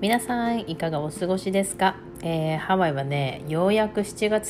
皆さんいかがお過ごしですか？ハワイはね、ようやく7月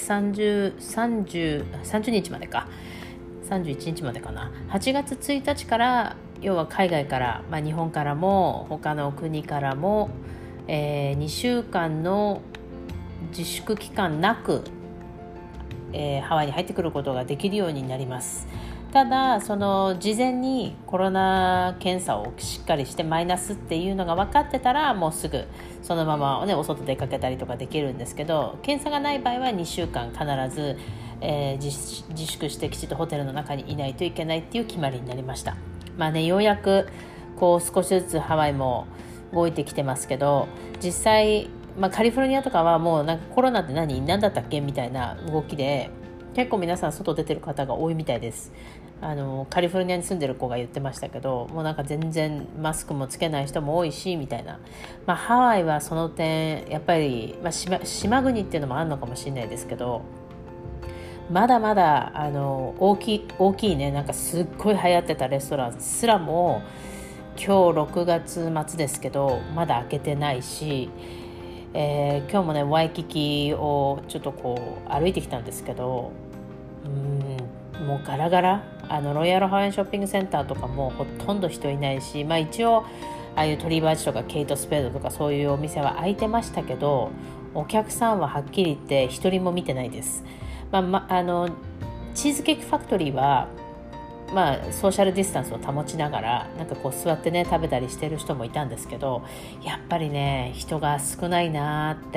30日までか31日までかな、8月1日から要は海外から、日本からも他の国からも、2週間の自粛期間なく、ハワイに入ってくることができるようになります。ただその事前にコロナ検査をしっかりしてマイナスっていうのが分かってたらもうすぐそのまま、お外出かけたりとかできるんですけど、検査がない場合は2週間必ず、自粛してきちっとホテルの中にいないといけないっていう決まりになりました。ようやくこう少しずつハワイも動いてきてますけど、実際、カリフォルニアとかはもうなんかコロナって何だったっけみたいな動きで結構皆さん外出てる方が多いみたいです。カリフォルニアに住んでる子が言ってましたけど、もうなんか全然マスクもつけない人も多いしみたいな、ハワイはその点やっぱり、島国っていうのもあるのかもしれないですけど、まだまだ大きいね、なんかすっごい流行ってたレストランすらも今日6月末ですけどまだ開けてないし、今日もねワイキキをちょっとこう歩いてきたんですけど、もうガラガラ、ロイヤルハワイアンショッピングセンターとかもほとんど人いないし、一応ああいうトリーバーチとかケイトスペードとかそういうお店は開いてましたけど、お客さんははっきり言って一人も見てないです。チーズケーキファクトリーはソーシャルディスタンスを保ちながらなんかこう座ってね食べたりしてる人もいたんですけど、やっぱりね人が少ないなって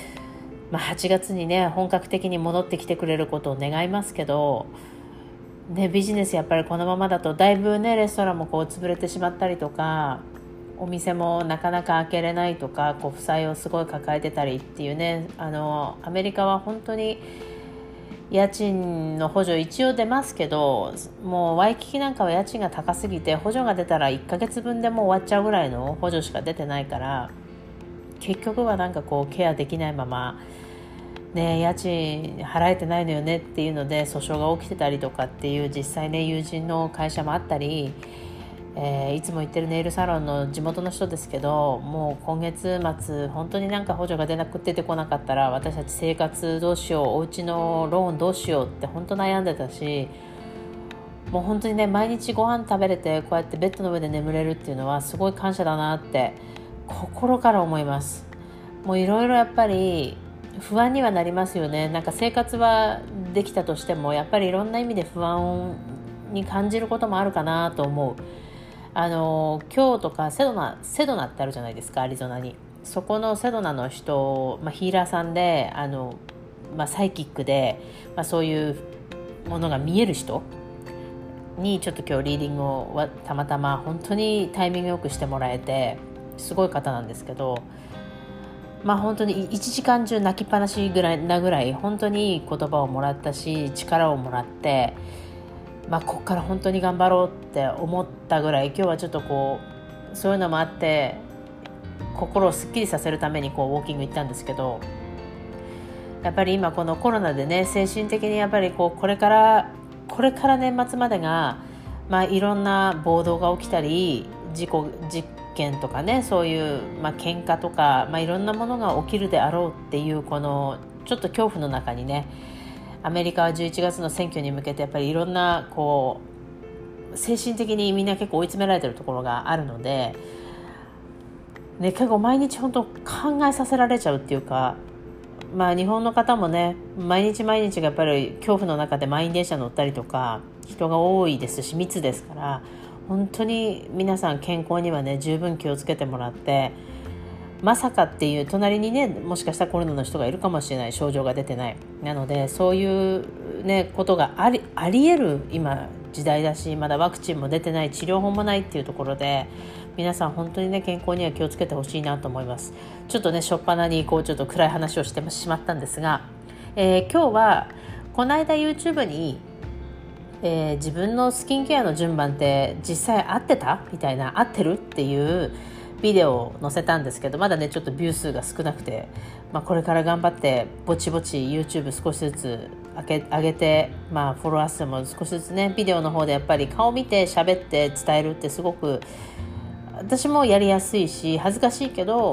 、8月にね本格的に戻ってきてくれることを願いますけどね、ビジネスやっぱりこのままだとだいぶねレストランもこう潰れてしまったりとか、お店もなかなか開けれないとか、こう負債をすごい抱えてたりっていうね、アメリカは本当に家賃の補助一応出ますけど、もうワイキキなんかは家賃が高すぎて補助が出たら1ヶ月分でもう終わっちゃうぐらいの補助しか出てないから、結局はなんかこうケアできないままね、家賃払えてないのよねっていうので訴訟が起きてたりとかっていう実際ね友人の会社もあったり、いつも行ってるネイルサロンの地元の人ですけど、もう今月末本当になんか補助が出てこなかったら私たち生活どうしよう、お家のローンどうしようって本当悩んでたし、もう本当にね毎日ご飯食べれてこうやってベッドの上で眠れるっていうのはすごい感謝だなって心から思います。もういろいろやっぱり不安にはなりますよね。なんか生活はできたとしてもやっぱりいろんな意味で不安に感じることもあるかなと思う。今日とかセドナってあるじゃないですか、アリゾナに。そこのセドナの人、ヒーラーさんでサイキックで、そういうものが見える人にちょっと今日リーディングをたまたま本当にタイミングよくしてもらえて、すごい方なんですけど、本当に1時間中泣きっぱなしぐらい本当にいい言葉をもらったし力をもらって、ここから本当に頑張ろうって思ったぐらい、今日はちょっとこうそういうのもあって心をすっきりさせるためにこうウォーキング行ったんですけど、やっぱり今このコロナでね精神的にやっぱりこれから年末までが、いろんな暴動が起きたり事件とかね、そういう、喧嘩とか、いろんなものが起きるであろうっていうこのちょっと恐怖の中にね、アメリカは11月の選挙に向けてやっぱりいろんなこう精神的にみんな結構追い詰められてるところがあるので、結構毎日本当考えさせられちゃうっていうか、日本の方もね毎日がやっぱり恐怖の中で満員電車乗ったりとか人が多いですし密ですから、本当に皆さん健康にはね十分気をつけてもらって、まさかっていう隣にねもしかしたらコロナの人がいるかもしれない、症状が出てない、なのでそういうねことがあり得る今時代だし、まだワクチンも出てない治療法もないっていうところで皆さん本当にね健康には気をつけてほしいなと思います。ちょっとね初っ端にこうちょっと暗い話をしてしまったんですが、今日はこの間 YouTube に自分のスキンケアの順番って実際合ってたみたいな、合ってるっていうビデオを載せたんですけど、まだねちょっとビュー数が少なくて、これから頑張ってぼちぼち YouTube 少しずつ上げて、フォロワー数も少しずつね、ビデオの方でやっぱり顔見て喋って伝えるってすごく私もやりやすいし恥ずかしいけど、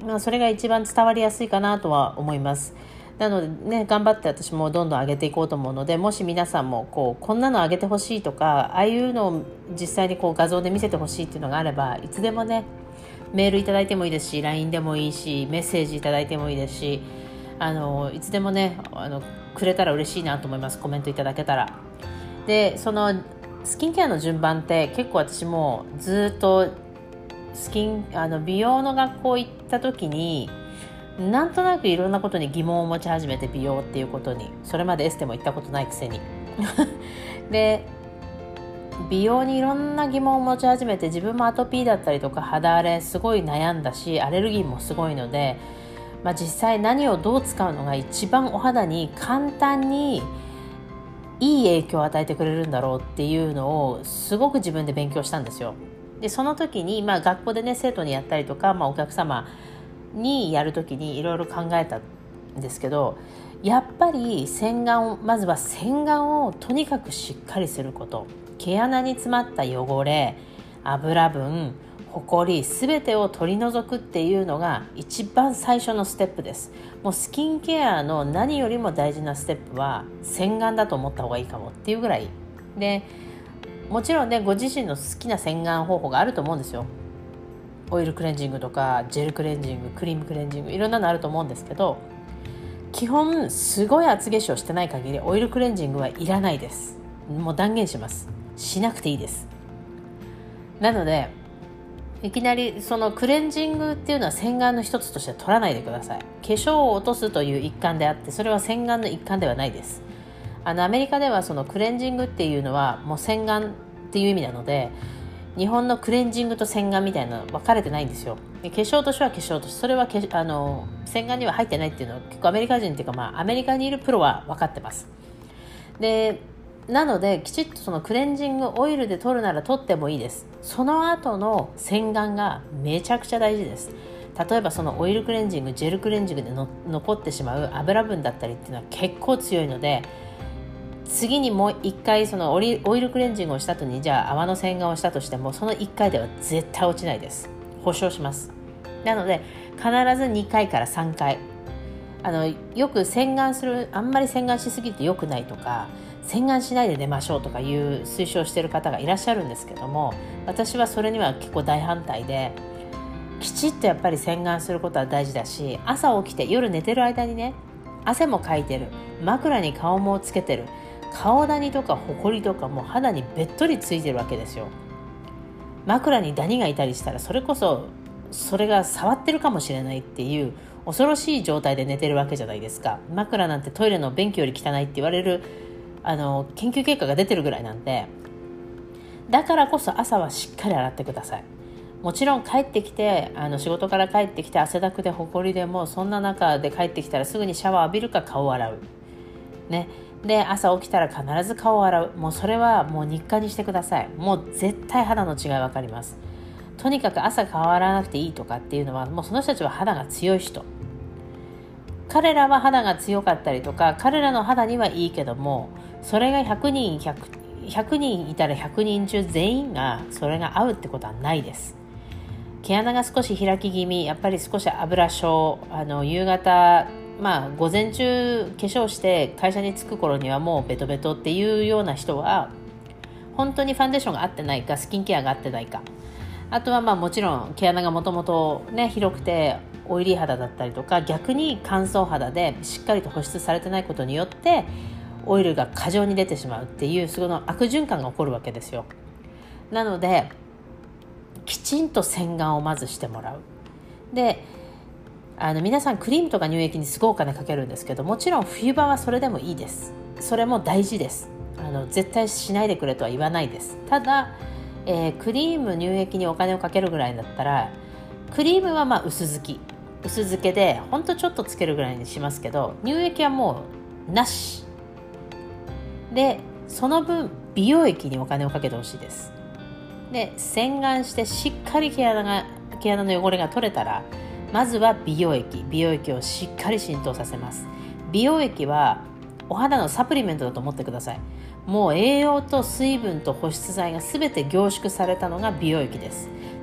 それが一番伝わりやすいかなとは思います。なのでね、頑張って私もどんどん上げていこうと思うので、もし皆さんもこんなの上げてほしいとか、ああいうのを実際に画像で見せてほしいっていうのがあれば、いつでもねメールいただいてもいいですし、 LINE でもいいし、メッセージいただいてもいいですし、いつでもねくれたら嬉しいなと思います。コメントいただけたら。で、そのスキンケアの順番って結構私もずっと美容の学校行った時になんとなくいろんなことに疑問を持ち始めて、美容っていうことに、それまでエステも行ったことないくせにで、美容にいろんな疑問を持ち始めて、自分もアトピーだったりとか肌荒れすごい悩んだし、アレルギーもすごいので、実際何をどう使うのが一番お肌に簡単にいい影響を与えてくれるんだろうっていうのをすごく自分で勉強したんですよ。でその時に、学校でね生徒にやったりとか、お客様にやる時にいろいろ考えたんですけど、やっぱりまずは洗顔をとにかくしっかりすること、毛穴に詰まった汚れ、油分、ほこり全てを取り除くっていうのが一番最初のステップです。もうスキンケアの何よりも大事なステップは洗顔だと思った方がいいかもっていうぐらいで、もちろんねご自身の好きな洗顔方法があると思うんですよ。オイルクレンジングとかジェルクレンジング、クリームクレンジング、いろんなのあると思うんですけど、基本すごい厚化粧してない限りオイルクレンジングはいらないです。もう断言します。しなくていいです。なのでいきなりそのクレンジングっていうのは洗顔の一つとして取らないでください。化粧を落とすという一環であって、それは洗顔の一環ではないです。アメリカではそのクレンジングっていうのはもう洗顔っていう意味なので、日本のクレンジングと洗顔みたいなの分かれてないんですよ。で化粧落としは化粧落とし、それは洗顔には入ってないっていうのは結構アメリカ人っていうか、アメリカにいるプロは分かってます。でなのできちっとそのクレンジングオイルで取るなら取ってもいいです。その後の洗顔がめちゃくちゃ大事です。例えばそのオイルクレンジング、ジェルクレンジングで残ってしまう油分だったりっていうのは結構強いので、次にもう一回そのオイルクレンジングをした後にじゃあ泡の洗顔をしたとしても、その1回では絶対落ちないです。保証します。なので必ず2回から3回、よく洗顔する、あんまり洗顔しすぎて良くないとか、洗顔しないで寝ましょうとかいう推奨している方がいらっしゃるんですけども、私はそれには結構大反対で、きちっとやっぱり洗顔することは大事だし、朝起きて夜寝てる間にね汗もかいてる、枕に顔もつけてる、顔ダニとかホコリとかも肌にべっとりついてるわけですよ。枕にダニがいたりしたら、それこそそれが触ってるかもしれないっていう恐ろしい状態で寝てるわけじゃないですか。枕なんてトイレの便器より汚いって言われる研究結果が出てるぐらいなんで、だからこそ朝はしっかり洗ってください。もちろん帰ってきて仕事から帰ってきて汗だくでほこりでも、そんな中で帰ってきたらすぐにシャワー浴びるか顔を洗うね。で朝起きたら必ず顔を洗う。もうそれはもう日課にしてください。もう絶対肌の違い分かります。とにかく朝顔洗わなくていいとかっていうのは、もうその人たちは肌が強い人、彼らは肌が強かったりとか、彼らの肌にはいいけども、それが100人いたら100人中全員がそれが合うってことはないです。毛穴が少し開き気味、やっぱり少し油症、夕方午前中化粧して会社に着く頃にはもうベトベトっていうような人は、本当にファンデーションが合ってないか、スキンケアが合ってないか、あとはもちろん毛穴がもともと広くてオイリー肌だったりとか、逆に乾燥肌でしっかりと保湿されてないことによってオイルが過剰に出てしまうっていう、その悪循環が起こるわけですよ。なのできちんと洗顔をまずしてもらう。で皆さんクリームとか乳液にすごいお金かけるんですけど、もちろん冬場はそれでもいいです。それも大事です。絶対しないでくれとは言わないです。ただ、クリーム乳液にお金をかけるぐらいだったら、クリームは薄漬けでほんとちょっとつけるぐらいにしますけど、乳液はもうなしで、その分美容液にお金をかけてほしいです。で洗顔してしっかり毛穴の汚れが取れたら、まずは美容液をしっかり浸透させます。美容液はお肌のサプリメントだと思ってください。もう栄養と水分と保湿剤が全て凝縮されたのが美容液です。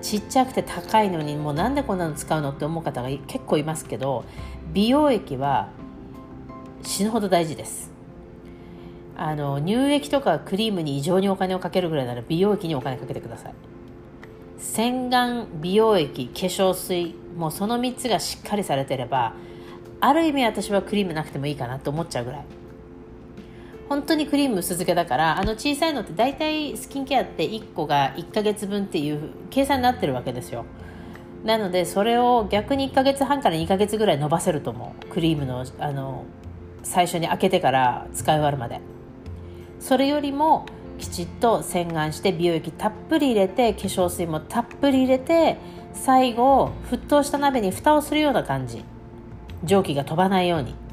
ちっちゃくて高いのにもうなんでこんなの使うのって思う方が結構いますけど、美容液は死ぬほど大事です。乳液とかクリームに異常にお金をかけるぐらいなら美容液にお金かけてください。洗顔、美容液、化粧水、もうその3つがしっかりされてれば、ある意味私はクリームなくてもいいかなと思っちゃうぐらい。本当にクリーム薄漬けだから、小さいのって大体スキンケアって1個が1ヶ月分っていう計算になってるわけですよ。なのでそれを逆に1ヶ月半から2ヶ月ぐらい伸ばせると思う。クリームの最初に開けてから使い終わるまで。それよりもきちっと洗顔して美容液たっぷり入れて、化粧水もたっぷり入れて、最後沸騰した鍋に蓋をするような感じ、蒸気が飛ばないように、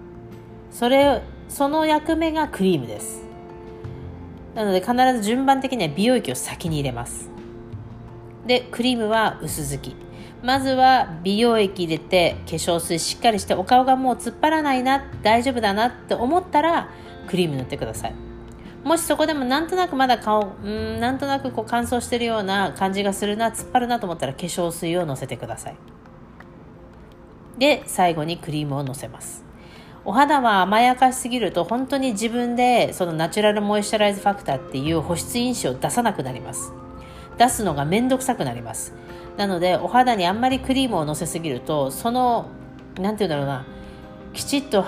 その役目がクリームです。なので必ず順番的には美容液を先に入れます。でクリームは薄付き。まずは美容液入れて、化粧水しっかりして、お顔がもう突っ張らないな、大丈夫だなって思ったらクリーム塗ってください。もしそこでもなんとなくまだ顔なんとなく乾燥してるような感じがするな、突っ張るなと思ったら化粧水をのせてください。で最後にクリームをのせます。お肌は甘やかしすぎると本当に自分でそのナチュラルモイスチャライズファクターっていう保湿因子を出さなくなります。出すのがめんどくさくなります。なのでお肌にあんまりクリームをのせすぎると、そのなんていうんだろうな、きちっと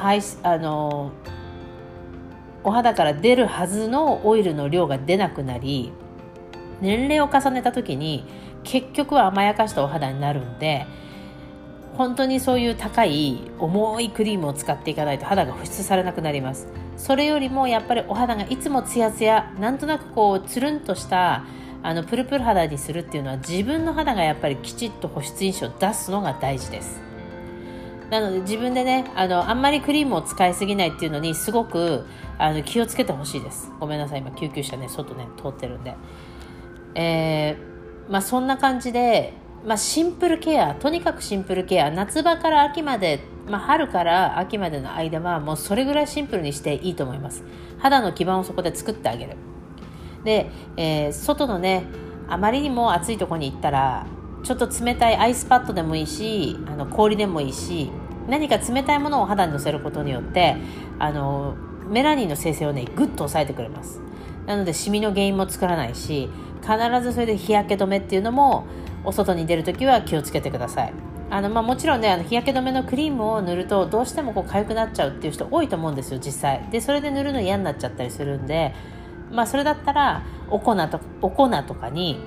お肌から出るはずのオイルの量が出なくなり、年齢を重ねた時に結局は甘やかしたお肌になるんで、本当にそういう高い重いクリームを使っていかないと肌が保湿されなくなります。それよりもやっぱりお肌がいつもツヤツヤ、なんとなくつるんとしたプルプル肌にするっていうのは、自分の肌がやっぱりきちっと保湿因子を出すのが大事です。なので自分でね、あんまりクリームを使いすぎないっていうのにすごく気をつけてほしいです。ごめんなさい、今救急車ね、外ね通ってるんで、そんな感じで、シンプルケア、とにかくシンプルケア、夏場から秋まで、春から秋までの間はもうそれぐらいシンプルにしていいと思います。肌の基盤をそこで作ってあげる。で、外のね、あまりにも暑いところに行ったら、ちょっと冷たいアイスパッドでもいいし、氷でもいいし、何か冷たいものを肌にのせることによってメラニンの生成をねぐっと抑えてくれます。なのでシミの原因も作らないし、必ずそれで日焼け止めっていうのもお外に出るときは気をつけてください。もちろんね、日焼け止めのクリームを塗るとどうしても痒くなっちゃうっていう人多いと思うんですよ、実際で。それで塗るの嫌になっちゃったりするんで、それだったらお粉とかに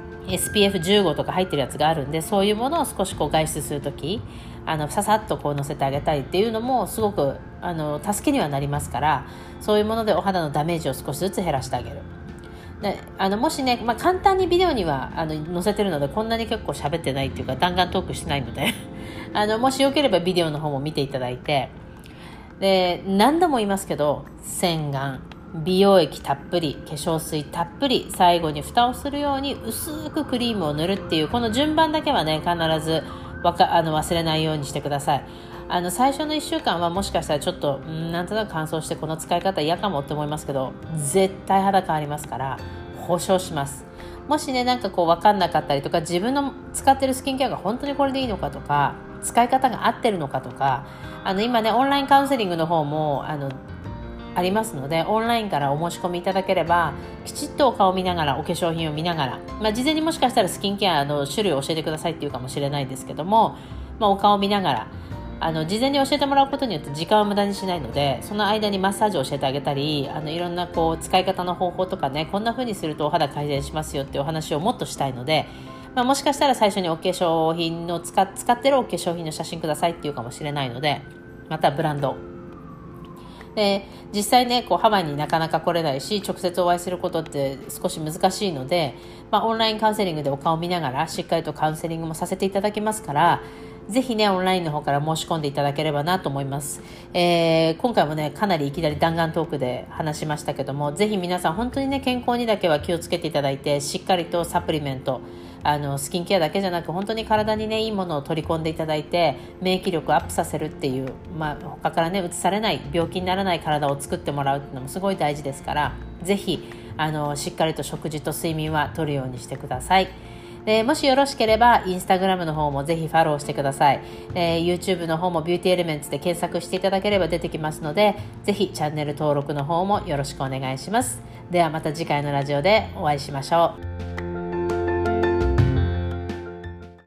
SPF15 とか入ってるやつがあるんで、そういうものを少し外出するときささっと乗せてあげたりっていうのもすごく助けにはなりますから、そういうものでお肌のダメージを少しずつ減らしてあげる。でもしね、簡単にビデオには載せてるので、こんなに結構喋ってないっていうか弾丸トークしてないのでもしよければビデオの方も見ていただいて、で何度も言いますけど、洗顔、美容液たっぷり、化粧水たっぷり、最後に蓋をするように薄くクリームを塗るっていう、この順番だけはね必ず忘れないようにしてください。最初の1週間はもしかしたらちょっとなんとなく乾燥してこの使い方嫌かもって思いますけど、絶対肌変わりますから保証します。もしね分かんなかったりとか、自分の使ってるスキンケアが本当にこれでいいのかとか、使い方が合ってるのかとか、今ねオンラインカウンセリングの方もありますので、オンラインからお申し込みいただければ、きちっとお顔を見ながら、お化粧品を見ながら、事前にもしかしたらスキンケアの種類を教えてくださいっていうかもしれないですけども、お顔を見ながら事前に教えてもらうことによって時間を無駄にしないので、その間にマッサージを教えてあげたり、いろんな使い方の方法とかね、こんな風にするとお肌改善しますよっていうお話をもっとしたいので、もしかしたら最初にお化粧品の使ってるお化粧品の写真くださいっていうかもしれないので、またブランドで、実際ねハワイになかなか来れないし、直接お会いすることって少し難しいので、オンラインカウンセリングでお顔を見ながらしっかりとカウンセリングもさせていただきますから、ぜひねオンラインの方から申し込んでいただければなと思います。今回もねかなりいきなり弾丸トークで話しましたけども、ぜひ皆さん本当にね健康にだけは気をつけていただいて、しっかりとサプリメント、スキンケアだけじゃなく本当に体にねいいものを取り込んでいただいて、免疫力をアップさせるっていう、他からねうつされない、病気にならない体を作ってもらうっていうのもすごい大事ですから、ぜひしっかりと食事と睡眠は取るようにしてください。 でもしよろしければインスタグラムの方もぜひフォローしてください。YouTube の方もビューティーエレメンツで検索していただければ出てきますので、ぜひチャンネル登録の方もよろしくお願いします。ではまた次回のラジオでお会いしましょう。